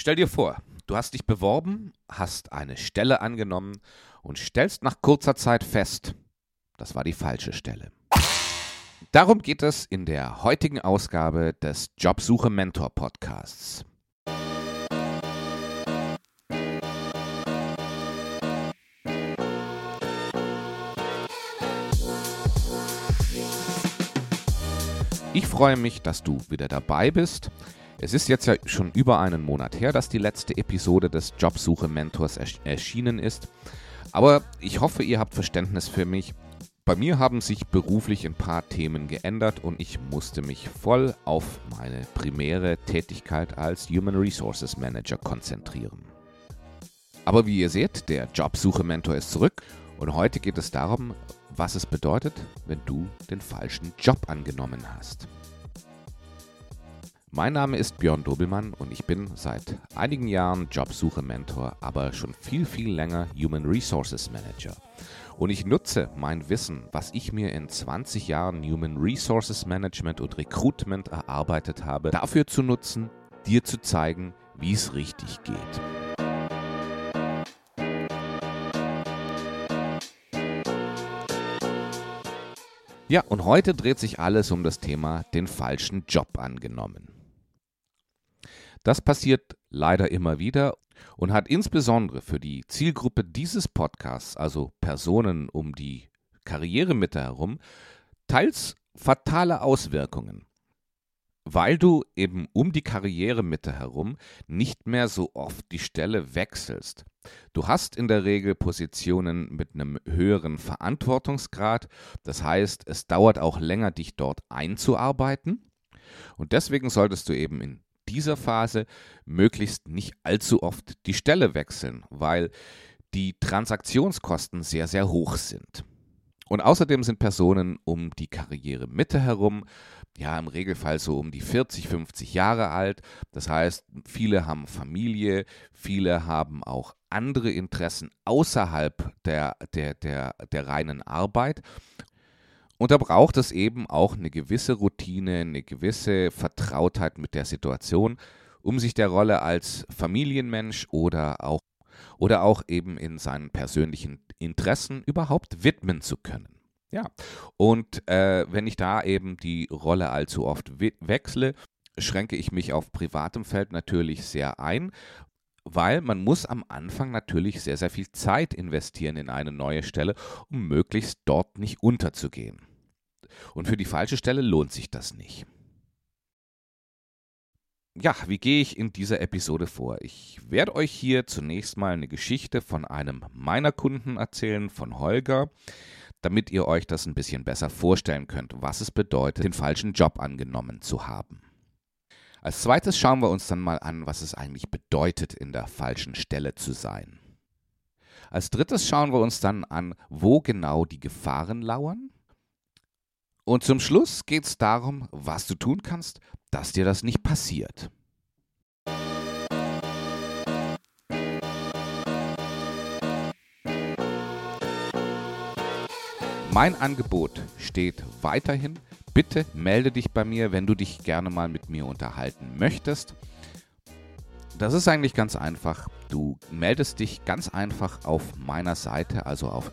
Stell dir vor, du hast dich beworben, hast eine Stelle angenommen und stellst nach kurzer Zeit fest, das war die falsche Stelle. Darum geht es in der heutigen Ausgabe des Jobsuche Mentor Podcasts. Ich freue mich, dass du wieder dabei bist. Es ist jetzt ja schon über einen Monat her, dass die letzte Episode des Jobsuche Mentors erschienen ist. Aber ich hoffe, ihr habt Verständnis für mich. Bei mir haben sich beruflich ein paar Themen geändert und ich musste mich voll auf meine primäre Tätigkeit als Human Resources Manager konzentrieren. Aber wie ihr seht, der Jobsuche Mentor ist zurück und heute geht es darum, was es bedeutet, wenn du den falschen Job angenommen hast. Mein Name ist Björn Dobelmann und ich bin seit einigen Jahren Jobsuche-Mentor, aber schon viel länger Human Resources Manager. Und ich nutze mein Wissen, was ich mir in 20 Jahren Human Resources Management und Recruitment erarbeitet habe, dafür zu nutzen, dir zu zeigen, wie es richtig geht. Ja, und heute dreht sich alles um das Thema den falschen Job angenommen. Das passiert leider immer wieder und hat insbesondere für die Zielgruppe dieses Podcasts, also Personen um die Karrieremitte herum, teils fatale Auswirkungen, weil du eben um die Karrieremitte herum nicht mehr so oft die Stelle wechselst. Du hast in der Regel Positionen mit einem höheren Verantwortungsgrad, das heißt, es dauert auch länger, dich dort einzuarbeiten und deswegen solltest du eben in dieser Phase möglichst nicht allzu oft die Stelle wechseln, weil die Transaktionskosten sehr hoch sind. Und außerdem sind Personen um die Karrieremitte herum, ja im Regelfall so um die 40, 50 Jahre alt. Das heißt, viele haben Familie, viele haben auch andere Interessen außerhalb der reinen Arbeit. Und da braucht es eben auch eine gewisse Routine, eine gewisse Vertrautheit mit der Situation, um sich der Rolle als Familienmensch oder auch eben in seinen persönlichen Interessen überhaupt widmen zu können. Ja, und wenn ich da eben die Rolle allzu oft wechsle, schränke ich mich auf privatem Feld natürlich sehr ein, weil man muss am Anfang natürlich sehr viel Zeit investieren in eine neue Stelle, um möglichst dort nicht unterzugehen. Und für die falsche Stelle lohnt sich das nicht. Ja, wie gehe ich in dieser Episode vor? Ich werde euch hier zunächst mal eine Geschichte von einem meiner Kunden erzählen, von Holger, damit ihr euch das ein bisschen besser vorstellen könnt, was es bedeutet, den falschen Job angenommen zu haben. Als zweites schauen wir uns dann mal an, was es eigentlich bedeutet, in der falschen Stelle zu sein. Als drittes schauen wir uns dann an, wo genau die Gefahren lauern. Und zum Schluss geht es darum, was du tun kannst, dass dir das nicht passiert. Mein Angebot steht weiterhin. Bitte melde dich bei mir, wenn du dich gerne mal mit mir unterhalten möchtest. Das ist eigentlich ganz einfach. Du meldest dich ganz einfach auf meiner Seite, also auf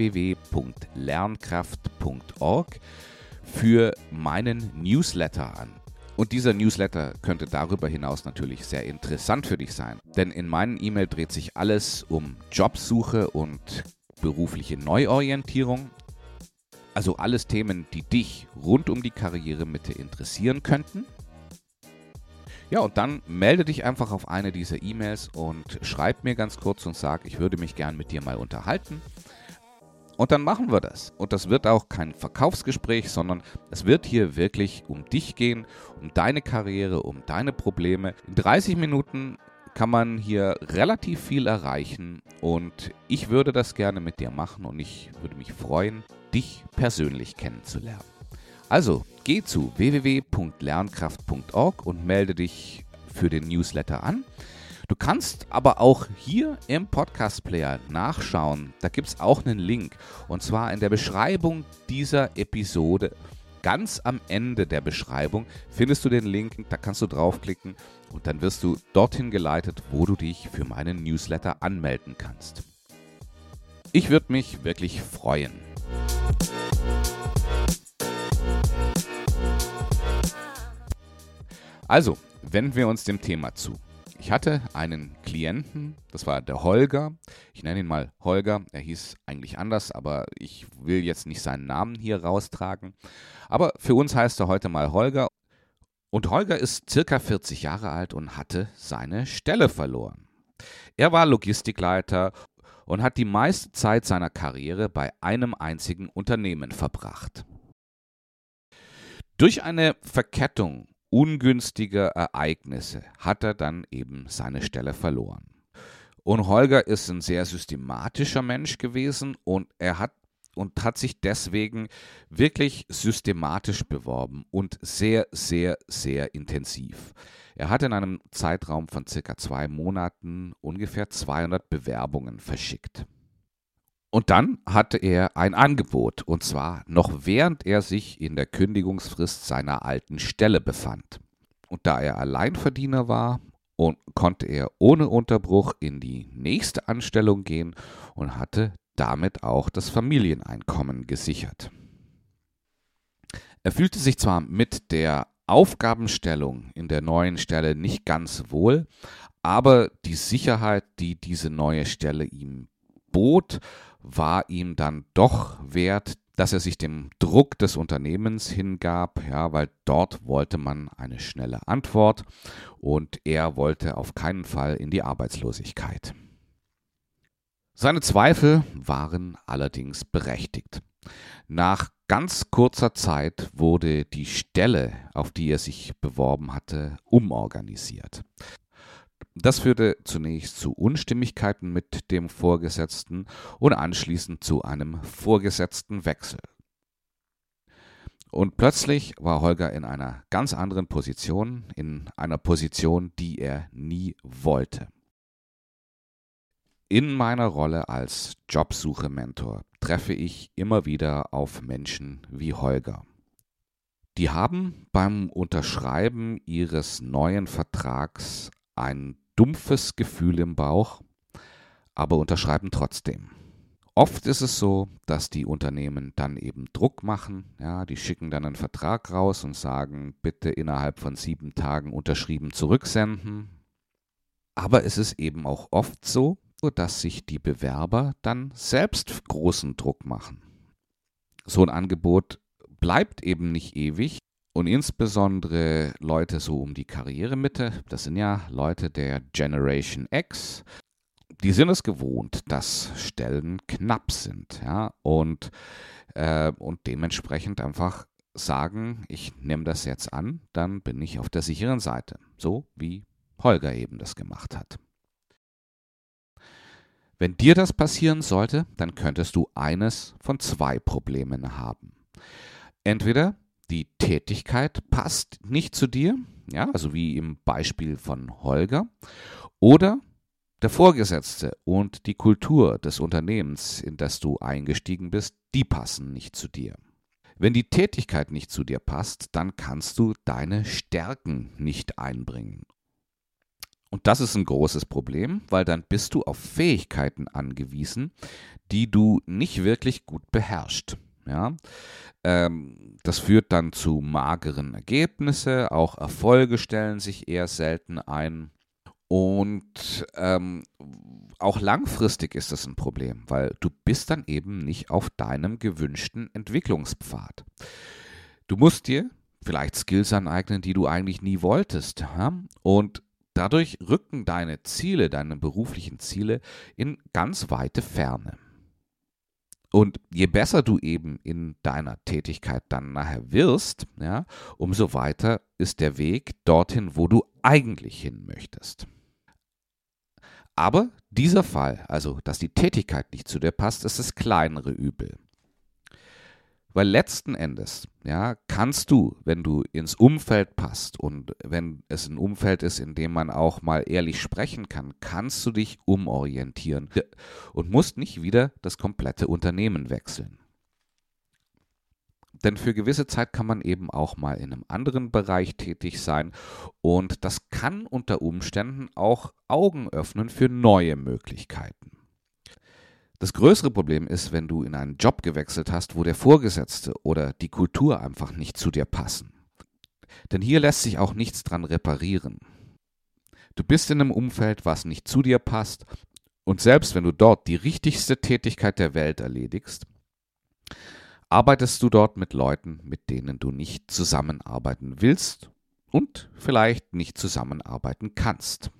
www.lernkraft.org für meinen Newsletter an. Und dieser Newsletter könnte darüber hinaus natürlich sehr interessant für dich sein. Denn in meinen E-Mail dreht sich alles um Jobsuche und berufliche Neuorientierung. Also alles Themen, die dich rund um die Karrieremitte interessieren könnten. Ja, und dann melde dich einfach auf eine dieser E-Mails und schreib mir ganz kurz und sag, ich würde mich gern mit dir mal unterhalten. Und dann machen wir das. Und das wird auch kein Verkaufsgespräch, sondern es wird hier wirklich um dich gehen, um deine Karriere, um deine Probleme. In 30 Minuten kann man hier relativ viel erreichen und ich würde das gerne mit dir machen und ich würde mich freuen, dich persönlich kennenzulernen. Also geh zu www.lernkraft.org und melde dich für den Newsletter an. Du kannst aber auch hier im Podcast-Player nachschauen. Da gibt es auch einen Link. Und zwar in der Beschreibung dieser Episode. Ganz am Ende der Beschreibung findest du den Link. Da kannst du draufklicken Und dann wirst du dorthin geleitet, wo du dich für meinen Newsletter anmelden kannst. Ich würde mich wirklich freuen. Also, wenden wir uns dem Thema zu. Ich hatte einen Klienten, das war der Holger. Ich nenne ihn mal Holger. Er hieß eigentlich anders, aber ich will jetzt nicht seinen Namen hier raustragen. Aber für uns heißt er heute mal Holger. Und Holger ist circa 40 Jahre alt und hatte seine Stelle verloren. Er war Logistikleiter und hat die meiste Zeit seiner Karriere bei einem einzigen Unternehmen verbracht. Durch eine Verkettung ungünstiger Ereignisse hat er dann eben seine Stelle verloren. Und Holger ist ein sehr systematischer Mensch gewesen und hat sich deswegen wirklich systematisch beworben und sehr, sehr, sehr intensiv. Er hat in einem Zeitraum von circa 2 Monaten ungefähr 200 Bewerbungen verschickt. Und dann hatte er ein Angebot, und zwar noch während er sich in der Kündigungsfrist seiner alten Stelle befand. Und da er Alleinverdiener war, konnte er ohne Unterbruch in die nächste Anstellung gehen und hatte damit auch das Familieneinkommen gesichert. Er fühlte sich zwar mit der Aufgabenstellung in der neuen Stelle nicht ganz wohl, aber die Sicherheit, die diese neue Stelle ihm bot, war ihm dann doch wert, dass er sich dem Druck des Unternehmens hingab, ja, weil dort wollte man eine schnelle Antwort und er wollte auf keinen Fall in die Arbeitslosigkeit. Seine Zweifel waren allerdings berechtigt. Nach ganz kurzer Zeit wurde die Stelle, auf die er sich beworben hatte, umorganisiert. Das führte zunächst zu Unstimmigkeiten mit dem Vorgesetzten und anschließend zu einem Vorgesetztenwechsel. Und plötzlich war Holger in einer ganz anderen Position, in einer Position, die er nie wollte. In meiner Rolle als Jobsuche-Mentor treffe ich immer wieder auf Menschen wie Holger. Die haben beim Unterschreiben ihres neuen Vertrags ein dumpfes Gefühl im Bauch, aber unterschreiben trotzdem. Oft ist es so, dass die Unternehmen dann eben Druck machen. Ja, die schicken dann einen Vertrag raus und sagen, bitte innerhalb von 7 Tagen unterschrieben zurücksenden. Aber es ist eben auch oft so, dass sich die Bewerber dann selbst großen Druck machen. So ein Angebot bleibt eben nicht ewig. Und insbesondere Leute so um die Karrieremitte, das sind ja Leute der Generation X, die sind es gewohnt, dass Stellen knapp sind, ja, und dementsprechend einfach sagen, ich nehme das jetzt an, dann bin ich auf der sicheren Seite, so wie Holger eben das gemacht hat. Wenn dir das passieren sollte, dann könntest du eines von 2 Problemen haben. Entweder die Tätigkeit passt nicht zu dir, ja, also wie im Beispiel von Holger, oder der Vorgesetzte und die Kultur des Unternehmens, in das du eingestiegen bist, die passen nicht zu dir. Wenn die Tätigkeit nicht zu dir passt, dann kannst du deine Stärken nicht einbringen. Und das ist ein großes Problem, weil dann bist du auf Fähigkeiten angewiesen, die du nicht wirklich gut beherrschst. Ja, das führt dann zu mageren Ergebnissen, auch Erfolge stellen sich eher selten ein und auch langfristig ist das ein Problem, weil du bist dann eben nicht auf deinem gewünschten Entwicklungspfad. Du musst dir vielleicht Skills aneignen, die du eigentlich nie wolltest, ja? Und dadurch rücken deine Ziele, deine beruflichen Ziele in ganz weite Ferne. Und je besser du eben in deiner Tätigkeit dann nachher wirst, ja, umso weiter ist der Weg dorthin, wo du eigentlich hin möchtest. Aber dieser Fall, also dass die Tätigkeit nicht zu dir passt, ist das kleinere Übel. Weil letzten Endes, ja, kannst du, wenn du ins Umfeld passt und wenn es ein Umfeld ist, in dem man auch mal ehrlich sprechen kann, kannst du dich umorientieren und musst nicht wieder das komplette Unternehmen wechseln. denn für gewisse Zeit kann man eben auch mal in einem anderen Bereich tätig sein und das kann unter Umständen auch Augen öffnen für neue Möglichkeiten. Das größere Problem ist, wenn du in einen Job gewechselt hast, wo der Vorgesetzte oder die Kultur einfach nicht zu dir passen. Denn hier lässt sich auch nichts dran reparieren. Du bist in einem Umfeld, was nicht zu dir passt und selbst wenn du dort die richtigste Tätigkeit der Welt erledigst, arbeitest du dort mit Leuten, mit denen du nicht zusammenarbeiten willst und vielleicht nicht zusammenarbeiten kannst.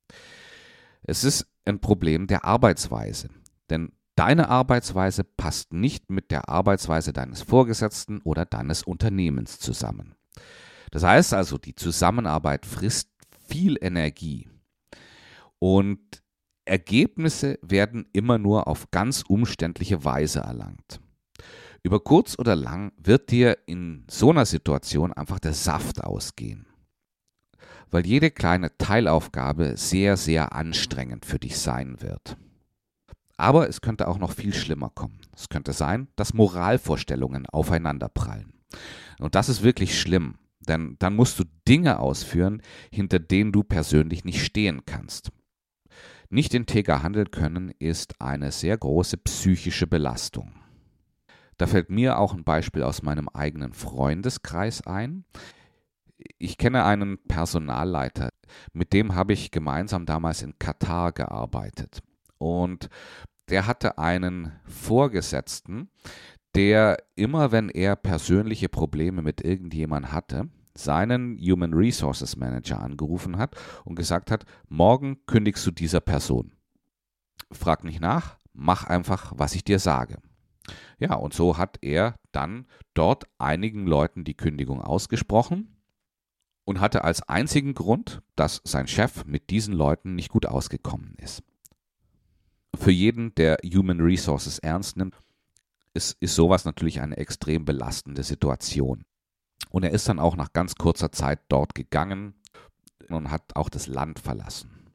Es ist ein Problem der Arbeitsweise, denn deine Arbeitsweise passt nicht mit der Arbeitsweise deines Vorgesetzten oder deines Unternehmens zusammen. Das heißt also, die Zusammenarbeit frisst viel Energie und Ergebnisse werden immer nur auf ganz umständliche Weise erlangt. Über kurz oder lang wird dir in so einer Situation einfach der Saft ausgehen, weil jede kleine Teilaufgabe sehr, sehr anstrengend für dich sein wird. Aber es könnte auch noch viel schlimmer kommen. Es könnte sein, dass Moralvorstellungen aufeinanderprallen. Und das ist wirklich schlimm, denn dann musst du Dinge ausführen, hinter denen du persönlich nicht stehen kannst. Nicht integer handeln können ist eine sehr große psychische Belastung. Da fällt mir auch ein Beispiel aus meinem eigenen Freundeskreis ein. Ich kenne einen Personalleiter, mit dem habe ich gemeinsam damals in Katar gearbeitet. Und der hatte einen Vorgesetzten, der immer, wenn er persönliche Probleme mit irgendjemandem hatte, seinen Human Resources Manager angerufen hat und gesagt hat, morgen kündigst du dieser Person. Frag nicht nach, mach einfach, was ich dir sage. Ja, und so hat er dann dort einigen Leuten die Kündigung ausgesprochen und hatte als einzigen Grund, dass sein Chef mit diesen Leuten nicht gut ausgekommen ist. Für jeden, der Human Resources ernst nimmt, ist sowas natürlich eine extrem belastende Situation. Und er ist dann auch nach ganz kurzer Zeit dort gegangen und hat auch das Land verlassen.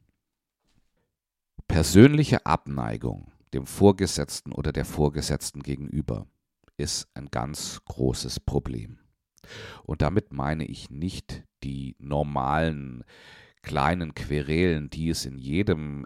Persönliche Abneigung dem Vorgesetzten oder der Vorgesetzten gegenüber ist ein ganz großes Problem. Und damit meine ich nicht die normalen kleinen Querelen, die es in jedem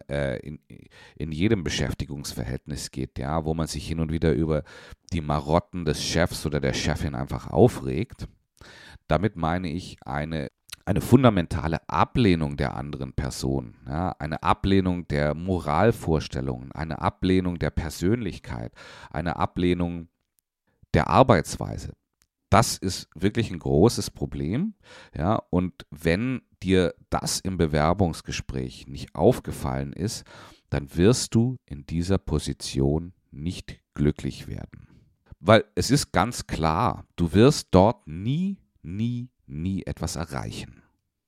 Beschäftigungsverhältnis geht, ja, wo man sich hin und wieder über die Marotten des Chefs oder der Chefin einfach aufregt. Damit meine ich eine fundamentale Ablehnung der anderen Person, ja, eine Ablehnung der Moralvorstellungen, eine Ablehnung der Persönlichkeit, eine Ablehnung der Arbeitsweise. Das ist wirklich ein großes Problem, ja, und wenn dir das im Bewerbungsgespräch nicht aufgefallen ist, dann wirst du in dieser Position nicht glücklich werden. Weil es ist ganz klar, du wirst dort nie etwas erreichen.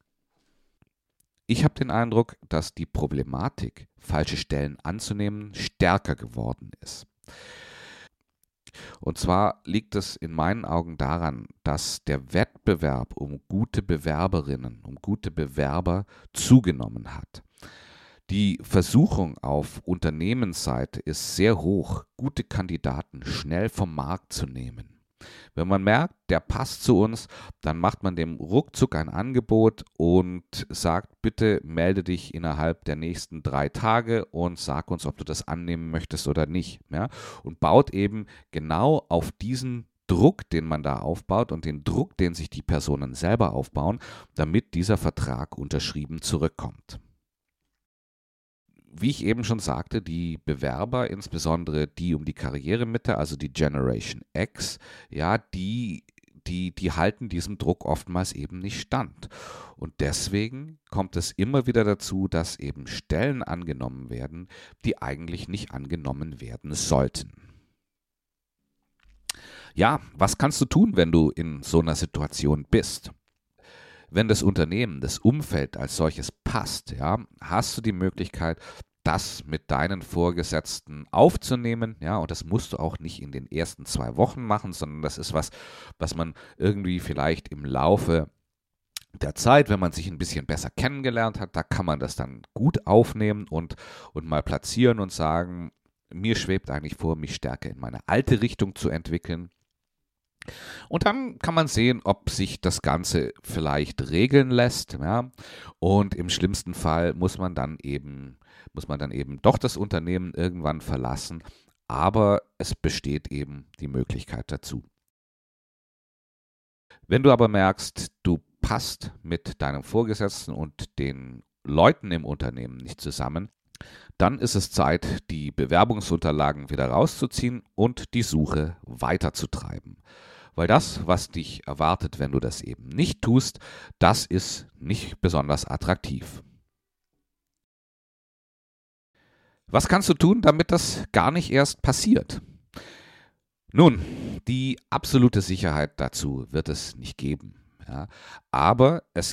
Ich habe den Eindruck, dass die Problematik, falsche Stellen anzunehmen, stärker geworden ist. Und zwar liegt es in meinen Augen daran, dass der Wettbewerb um gute Bewerberinnen, um gute Bewerber zugenommen hat. Die Versuchung auf Unternehmensseite ist sehr hoch, gute Kandidaten schnell vom Markt zu nehmen. Wenn man merkt, der passt zu uns, dann macht man dem ruckzuck ein Angebot und sagt, bitte melde dich innerhalb der nächsten 3 Tage und sag uns, ob du das annehmen möchtest oder nicht. Ja? Und baut eben genau auf diesen Druck, den man da aufbaut und den Druck, den sich die Personen selber aufbauen, damit dieser Vertrag unterschrieben zurückkommt. Wie ich eben schon sagte, die Bewerber, insbesondere die um die Karrieremitte, also die Generation X, ja, die halten diesem Druck oftmals eben nicht stand. Und deswegen kommt es immer wieder dazu, dass eben Stellen angenommen werden, die eigentlich nicht angenommen werden sollten. Ja, was kannst du tun, wenn du in so einer Situation bist? Wenn das Unternehmen, das Umfeld als solches passt, ja, hast du die Möglichkeit, das mit deinen Vorgesetzten aufzunehmen, ja, und das musst du auch nicht in den ersten 2 Wochen machen, sondern das ist was man irgendwie vielleicht im Laufe der Zeit, wenn man sich ein bisschen besser kennengelernt hat, da kann man das dann gut aufnehmen und mal platzieren und sagen, mir schwebt eigentlich vor, mich stärker in meine alte Richtung zu entwickeln. Und dann kann man sehen, ob sich das Ganze vielleicht regeln lässt. Ja? Und im schlimmsten Fall muss man dann eben doch das Unternehmen irgendwann verlassen. Aber es besteht eben die Möglichkeit dazu. Wenn du aber merkst, du passt mit deinem Vorgesetzten und den Leuten im Unternehmen nicht zusammen, dann ist es Zeit, die Bewerbungsunterlagen wieder rauszuziehen und die Suche weiterzutreiben. Weil das, was dich erwartet, wenn du das eben nicht tust, das ist nicht besonders attraktiv. Was kannst du tun, damit das gar nicht erst passiert? Nun, die absolute Sicherheit dazu wird es nicht geben. Ja, aber es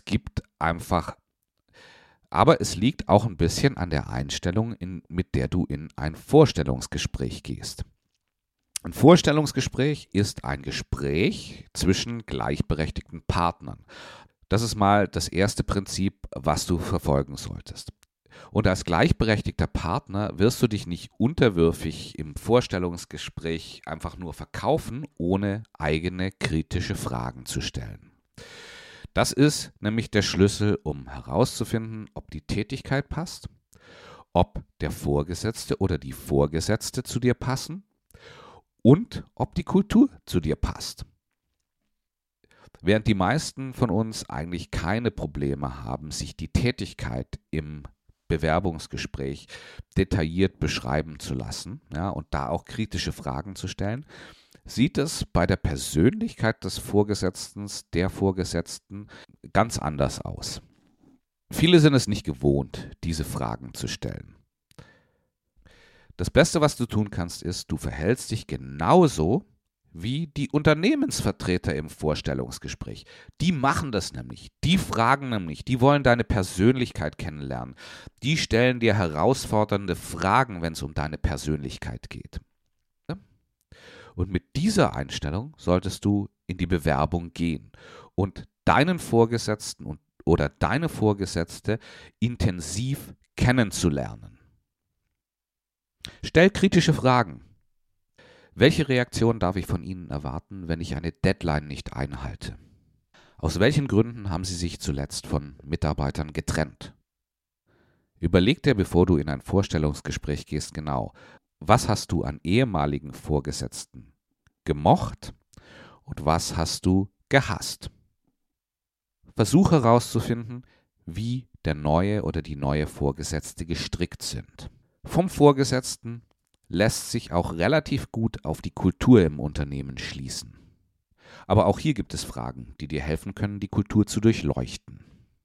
liegt auch ein bisschen an der Einstellung, mit der du in ein Vorstellungsgespräch gehst. Ein Vorstellungsgespräch ist ein Gespräch zwischen gleichberechtigten Partnern. Das ist mal das erste Prinzip, was du verfolgen solltest. Und als gleichberechtigter Partner wirst du dich nicht unterwürfig im Vorstellungsgespräch einfach nur verkaufen, ohne eigene kritische Fragen zu stellen. Das ist nämlich der Schlüssel, um herauszufinden, ob die Tätigkeit passt, ob der Vorgesetzte oder die Vorgesetzte zu dir passen und ob die Kultur zu dir passt. Während die meisten von uns eigentlich keine Probleme haben, sich die Tätigkeit im Bewerbungsgespräch detailliert beschreiben zu lassen, ja, und da auch kritische Fragen zu stellen, sieht es bei der Persönlichkeit des Vorgesetzten, der Vorgesetzten ganz anders aus. Viele sind es nicht gewohnt, diese Fragen zu stellen. Das Beste, was du tun kannst, ist, du verhältst dich genauso wie die Unternehmensvertreter im Vorstellungsgespräch. Die machen das nämlich, die fragen nämlich, die wollen deine Persönlichkeit kennenlernen. Die stellen dir herausfordernde Fragen, wenn es um deine Persönlichkeit geht. Und mit dieser Einstellung solltest du in die Bewerbung gehen und deinen Vorgesetzten oder deine Vorgesetzte intensiv kennenzulernen. Stell kritische Fragen. Welche Reaktion darf ich von Ihnen erwarten, wenn ich eine Deadline nicht einhalte? Aus welchen Gründen haben Sie sich zuletzt von Mitarbeitern getrennt? Überleg dir, bevor du in ein Vorstellungsgespräch gehst, genau, was hast du an ehemaligen Vorgesetzten gemocht und was hast du gehasst? Versuche herauszufinden, wie der neue oder die neue Vorgesetzte gestrickt sind. Vom Vorgesetzten lässt sich auch relativ gut auf die Kultur im Unternehmen schließen. Aber auch hier gibt es Fragen, die dir helfen können, die Kultur zu durchleuchten.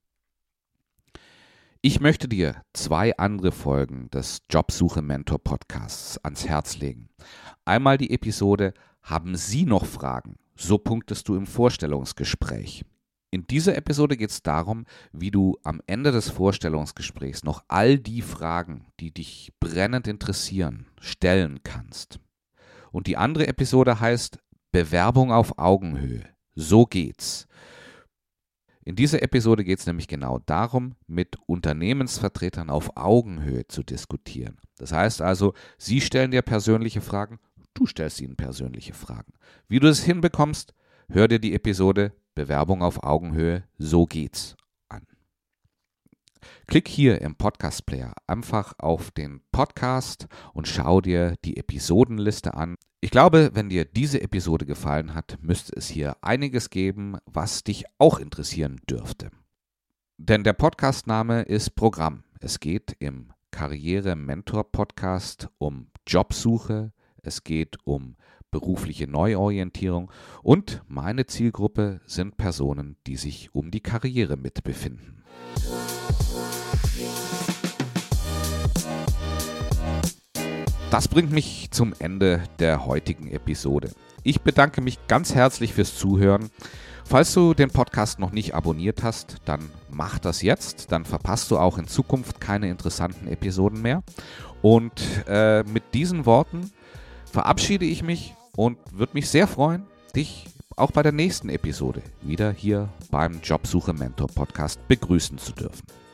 Ich möchte dir 2 andere Folgen des Jobsuche-Mentor-Podcasts ans Herz legen. Einmal die Episode Haben Sie noch Fragen? So punktest du im Vorstellungsgespräch. In dieser Episode geht es darum, wie du am Ende des Vorstellungsgesprächs noch all die Fragen, die dich brennend interessieren, stellen kannst. Und die andere Episode heißt Bewerbung auf Augenhöhe. So geht's. In dieser Episode geht es nämlich genau darum, mit Unternehmensvertretern auf Augenhöhe zu diskutieren. Das heißt also, sie stellen dir persönliche Fragen, du stellst ihnen persönliche Fragen. Wie du es hinbekommst, hör dir die Episode Bewerbung auf Augenhöhe, so geht's an. Klick hier im Podcast-Player einfach auf den Podcast und schau dir die Episodenliste an. Ich glaube, wenn dir diese Episode gefallen hat, müsste es hier einiges geben, was dich auch interessieren dürfte. Denn der Podcastname ist Programm. Es geht im Karriere-Mentor-Podcast um Jobsuche, es geht um berufliche Neuorientierung und meine Zielgruppe sind Personen, die sich um die Karriere mit befinden. Das bringt mich zum Ende der heutigen Episode. Ich bedanke mich ganz herzlich fürs Zuhören. Falls du den Podcast noch nicht abonniert hast, dann mach das jetzt. Dann verpasst du auch in Zukunft keine interessanten Episoden mehr. Und mit diesen Worten verabschiede ich mich und würde mich sehr freuen, dich auch bei der nächsten Episode wieder hier beim Jobsuche Mentor Podcast begrüßen zu dürfen.